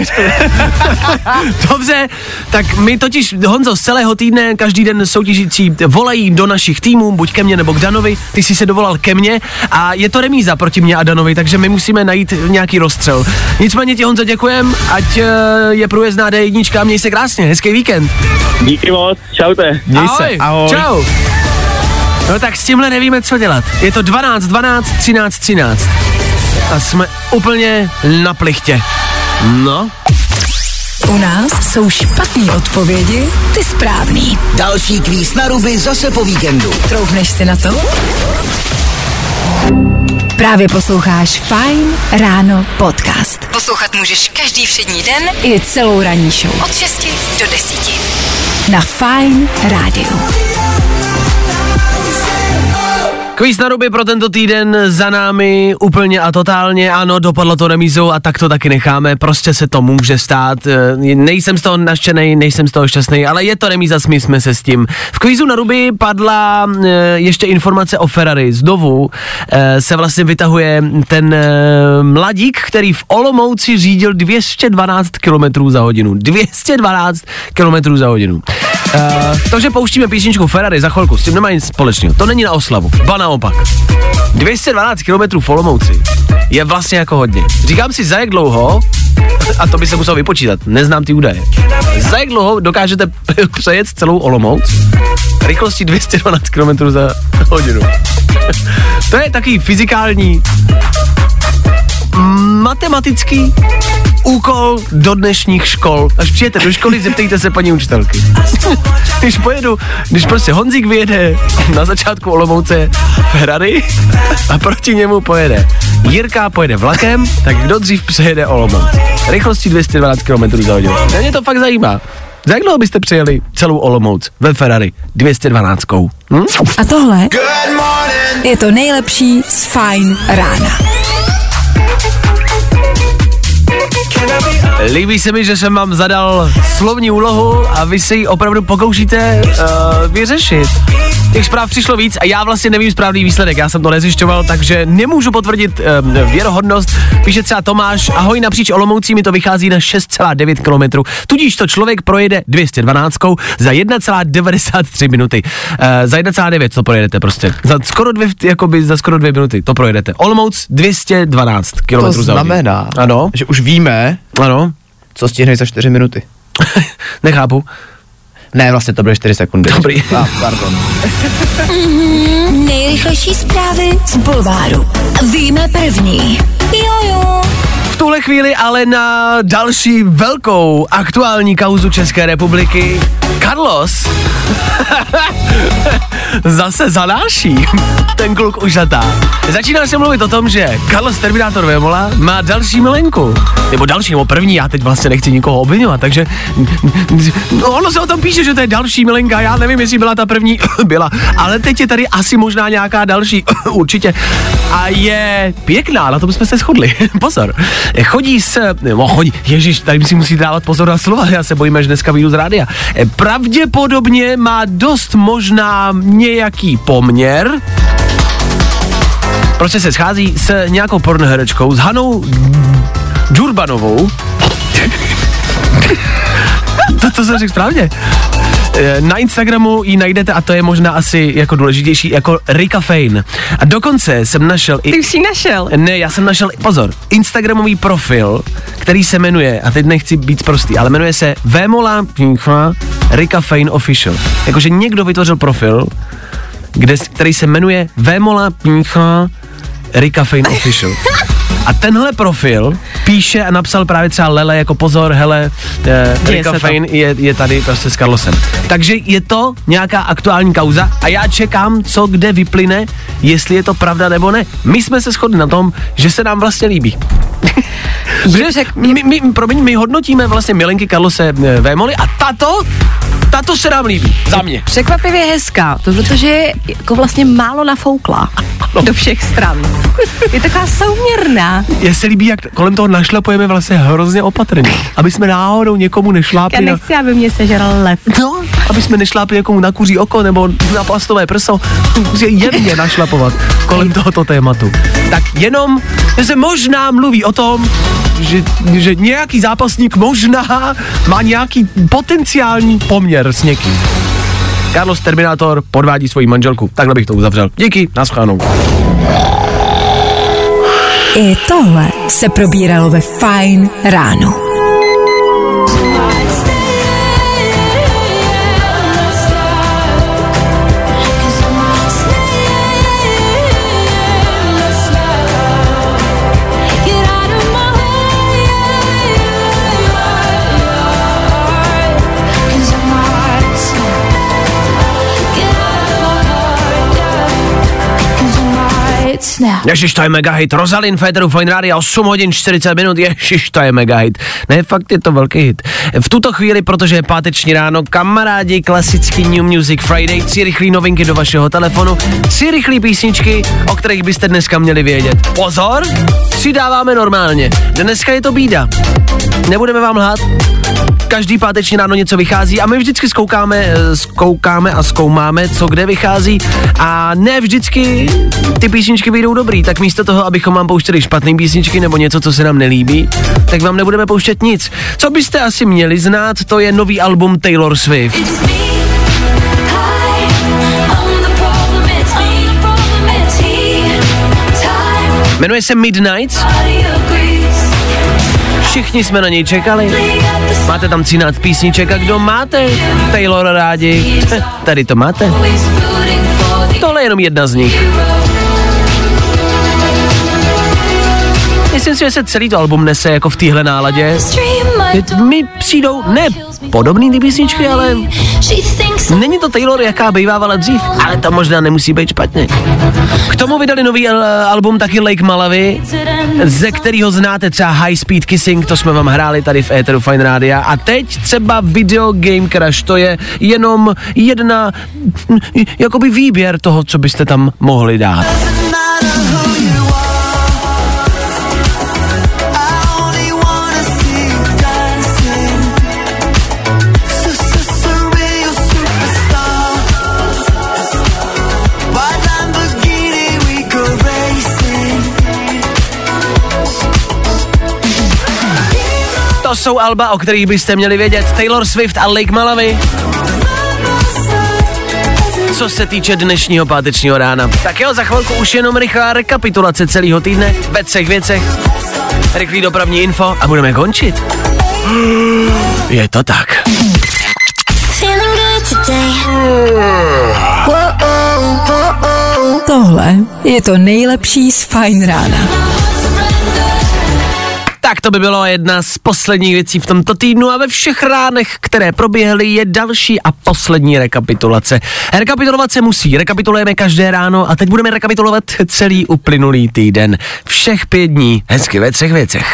Dobře, tak my totiž, Honzo, z celého týdne každý den soutěžící volají do našich týmů, buď ke mně nebo k Danovi, ty jsi se dovolal ke mně a je to remíza proti mně a Danovi, takže my musíme najít nějaký rozstřel. Nicméně ti, Honzo, děkujem, ať je průjezdná dé jedna a měj se krásně, hezký víkend. Díky moc, čaute. Měj Ahoj, se, ahoj. Čau. No tak s tímhle nevíme, co dělat. Je to dvanáct, dvanáct, třináct, třináct. A jsme úplně na plichtě. No. U nás jsou špatné odpovědi, ty správný. Další kvíz na ruby zase po víkendu. Troufneš si na to? Právě posloucháš Fajn ráno podcast. Poslouchat můžeš každý všední den i celou ranní show. Od šesti do deseti. Na Fajn rádiu. Kvíz na ruby pro tento týden za námi úplně a totálně, ano, dopadlo to remízou a tak to taky necháme, prostě se to může stát, nejsem z toho naštěnej, nejsem z toho šťastný, ale je to remíza, smířme se s tím. V kvízu na ruby padla ještě informace o Ferrari, znovu se vlastně vytahuje ten mladík, který v Olomouci řídil dvě stě dvanáct kilometrů za hodinu, dvě stě dvanáct kilometrů za hodinu. Uh, to, že pouštíme písničku Ferrari za chvilku, s tím nemá nic společného, to není na oslavu, ba naopak. dvě stě dvanáct kilometrů v Olomouci je vlastně jako hodně. Říkám si, za jak dlouho, a to by se muselo vypočítat, neznám ty údaje, za jak dlouho dokážete přejet celou Olomouc rychlostí dvě stě dvanáct kilometrů za hodinu. To je takový fyzikální, matematický úkol do dnešních škol. Až přijete do školy, zeptejte se paní učitelky. Když pojedu, když prostě Honzík vyjede na začátku Olomouce Ferrari a proti němu pojede Jirka, pojede vlakem, tak kdo dřív přejede Olomouc? Rychlostí dvě stě dvanáct kilometrů za hodinu. Mě to fakt zajímá. Za jak dlouho byste přijeli celou Olomouc ve Ferrari dvě stě dvanáct? Hm? A tohle je to nejlepší z Fajn rána. Líbí se mi, že jsem vám zadal slovní úlohu a vy si ji opravdu pokoušíte uh, vyřešit. Těch zpráv přišlo víc a já vlastně nevím správný výsledek, já jsem to nezjišťoval, takže nemůžu potvrdit um, věrohodnost. Píše třeba Tomáš, ahoj, napříč Olomoucí mi to vychází na šest celá devět kilometrů, tudíž to člověk projede dvě stě dvanáct za jedna celá devadesát tři minuty. Uh, za jedna celá devět to projedete prostě. Za skoro dvě, jakoby za skoro dvě minuty to projedete. Olomouc dvě stě dvanáct kilometrů za hodinu. To znamená, ano, že už víme, ano, co stihneš za čtyři minuty. Nechápu. Ne, vlastně to byly čtyři sekundy. Dobrý. Ah, pardon. Mm, nejrychlejší zprávy z bulváru. Víme první. Jojo. V tuhle chvíli ale na další velkou aktuální kauzu České republiky. Carlos zase zanáší. Ten kluk ušatá. Začínal jsem mluvit o tom, že Carlos Terminátor Vémola má další milenku. Nebo další, nebo první, já teď vlastně nechci nikoho obviňovat, takže no, ono se o tom píše, že to je další milenka, já nevím, jestli byla ta první, byla, ale teď je tady asi možná nějaká další, určitě. A je pěkná, na tom jsme se shodli. Pozor. Chodí s, no chodí, ježiš, tady si musí dávat pozor na slova, já se bojím, že dneska vyjdu z rádia. Pravděpodobně má dost možná nějaký poměr. Prostě se schází s nějakou pornoherečkou, s Hanou Džurbanovou. to, to jsem řekl správně. Na Instagramu ji najdete a to je možná asi jako důležitější, jako Rika Fane. A dokonce jsem našel i... Ty už jsi našel? Ne, já jsem našel, pozor, Instagramový profil, který se jmenuje, a teď nechci být prostý, ale jmenuje se Vémola Rika Fane Official. Jakože někdo vytvořil profil, kde, který se jmenuje Vémola Rika Fane Official. A tenhle profil píše a napsal právě třeba Lele jako pozor, hele, eh, Rika Fane je, je tady prostě s Carlosem. Takže je to nějaká aktuální kauza a já čekám, co kde vyplyne, jestli je to pravda nebo ne. My jsme se shodli na tom, že se nám vlastně líbí. Že, my, my, promiň, my hodnotíme vlastně milenky Carlose Vémoly a tato, tato se nám líbí, za mě. Překvapivě hezká, to protože je jako vlastně málo nafoukla no. do všech stran. Je taková souměrná. Je se líbí, jak kolem toho našlapujeme vlastně hrozně opatrně, aby jsme náhodou někomu nešlápli. Já nechci, na... aby mě sežral lev. No, aby jsme nešlápli někomu na kuří oko nebo na plastové prso. Musí jemně našlapovat kolem tohoto tématu. Tak jenom, že se možná mluví o tom, že, že nějaký zápasník možná má nějaký potenciální poměr s někým. Carlos Terminátor podvádí svoji manželku. Takhle bych to uzavřel. Díky, naschledanou. I tohle se probíralo ve Fajn ráno. Ježiš, to je mega hit. Rosalind Féteru Fine Radio, osm hodin čtyřicet minut, ježiš, to je mega hit. Ne, fakt je to velký hit. V tuto chvíli, protože je páteční ráno, kamarádi, klasický New Music Friday, tři rychlý novinky do vašeho telefonu, tři rychlý písničky, o kterých byste dneska měli vědět. Pozor, přidáváme normálně. Dneska je to bída. Nebudeme vám lhát. Každý páteční ráno něco vychází a my vždycky zkoukáme, zkoukáme a zkoumáme, co kde vychází a ne vždycky ty písničky vyjdou dobrý, tak místo toho, abychom vám pouštěli špatné písničky nebo něco, co se nám nelíbí, tak vám nebudeme pouštět nic. Co byste asi měli znát, to je nový album Taylor Swift. Jmenuje se Midnight. Všichni jsme na něj čekali. Máte tam třináct písniček a kdo máte Taylor rádi? Tady to máte. Tohle je jenom jedna z nich. Myslím si, že se celý to album nese jako v téhle náladě. Mi přijdou ne podobný ty písničky, ale není to Taylor, jaká bývávala dřív, ale to možná nemusí být špatně. K tomu vydali nový al- album taky Lake Malawi, ze kterého znáte třeba High Speed Kissing, to jsme vám hráli tady v éteru Fine Rádia. A teď třeba Video Game Crash, to je jenom jedna, jakoby výběr toho, co byste tam mohli dát. To jsou alba, o kterých byste měli vědět. Taylor Swift a Lake Malawi. Co se týče dnešního pátečního rána. Tak jo, za chvilku už jenom rychlá rekapitulace celého týdne ve třech věcech. Rychlý dopravní info a budeme končit. Je to tak. Tohle je to nejlepší z Fajn rána. Tak to by bylo jedna z posledních věcí v tomto týdnu a ve všech ránech, které proběhly, je další a poslední rekapitulace. Rekapitulovat se musí, rekapitulujeme každé ráno a teď budeme rekapitulovat celý uplynulý týden. Všech pět dní, hezky ve třech věcech.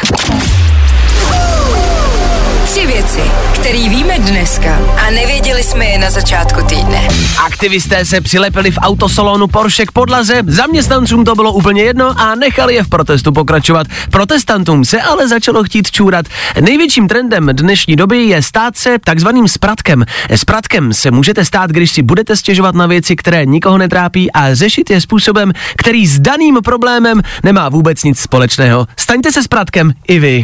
Tři věci, které víme dneska a nevěděli jsme je na začátku týdne. Aktivisté se přilepili v autosalonu Porsche k podlaze, zaměstnancům to bylo úplně jedno a nechali je v protestu pokračovat. Protestantům se ale začalo chtít čůrat. Největším trendem dnešní doby je stát se takzvaným spratkem. Spratkem se můžete stát, když si budete stěžovat na věci, které nikoho netrápí a řešit je způsobem, který s daným problémem nemá vůbec nic společného. Staňte se spratkem i vy.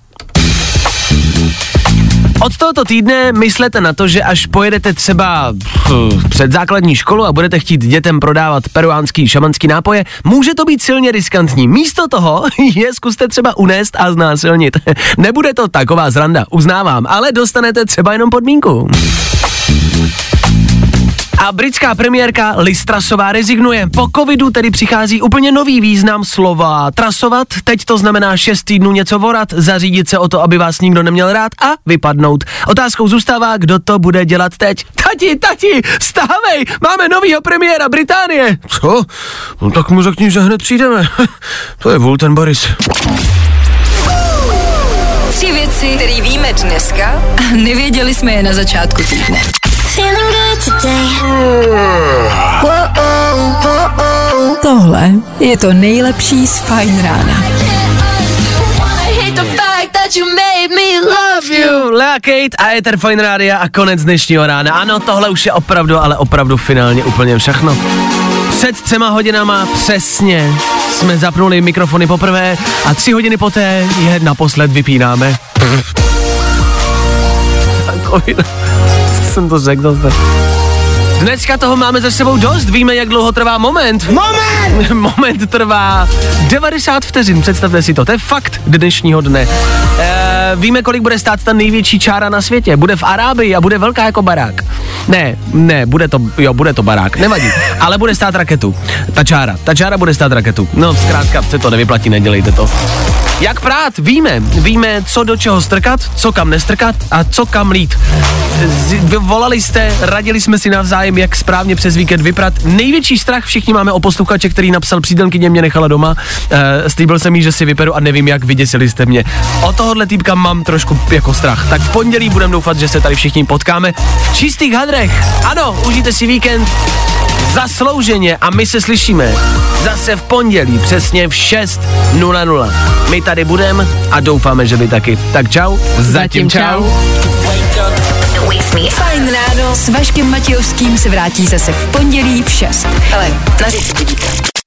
Od tohoto týdne myslete na to, že až pojedete třeba pff, před základní školu a budete chtít dětem prodávat peruánský šamanský nápoje, může to být silně riskantní. Místo toho je zkuste třeba unést a znásilnit. Nebude to taková zranda, uznávám, ale dostanete třeba jenom podmínku. A britská premiérka Liz Trussová rezignuje. Po covidu tedy přichází úplně nový význam slova trasovat. Teď to znamená šest týdnů něco vorat, zařídit se o to, aby vás nikdo neměl rád a vypadnout. Otázkou zůstává, kdo to bude dělat teď. Tati, tati, vstávej, máme novýho premiéra Británie. Co? No tak mu řekni, že hned přijdeme. To je Vulten Boris. Tři věci, které víme dneska a nevěděli jsme je na začátku týdne. Tohle je to nejlepší z Fajn rána. Lea Kate a Ether Fajn rádia a konec dnešního rána. Ano, tohle už je opravdu, ale opravdu finálně úplně všechno. Před třema hodinama přesně jsme zapnuli mikrofony poprvé a tři hodiny poté je naposled vypínáme. Co jsem to řekl? Dneska toho máme za sebou dost, víme, jak dlouho trvá moment. Moment! Moment trvá devadesát vteřin, představte si to, to je fakt dnešního dne. E, víme, kolik bude stát ta největší čára na světě, bude v Arábii a bude velká jako barák. Ne, ne, bude to, jo, bude to barák, nevadí, ale bude stát raketu. Ta čára, ta čára bude stát raketu. No, zkrátka, se to nevyplatí, nedělejte to. Jak prát, víme, víme, co do čeho strkat, co kam nestrkat a co kam lít. Z, volali jste, radili jsme si navzájem, jak správně přes víkend vyprat. Největší strach všichni máme o posluchače, který napsal, přítelkyně mě nechala doma, e, slíbil jsem jí, že si vyperu a nevím jak, vyděsili jste mě. O tohohle týpka mám trošku jako strach. Tak v pondělí budem doufat, že se tady všichni potkáme v čistých hadrech. Ano, užijte si víkend zaslouženě a my se slyšíme zase v pondělí přesně v šest nula nula. My tady budeme a doufáme, že vy taky. Tak čau, zatím čau. Fajn ráno s Vaškem Matějovským se vrátí zase v pondělí v šest. Ale na vidíte.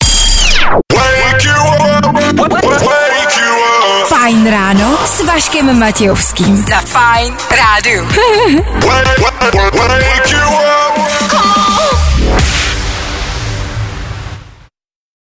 Fajn ráno s Vaškem Matějovským. Na Fajn rádiu.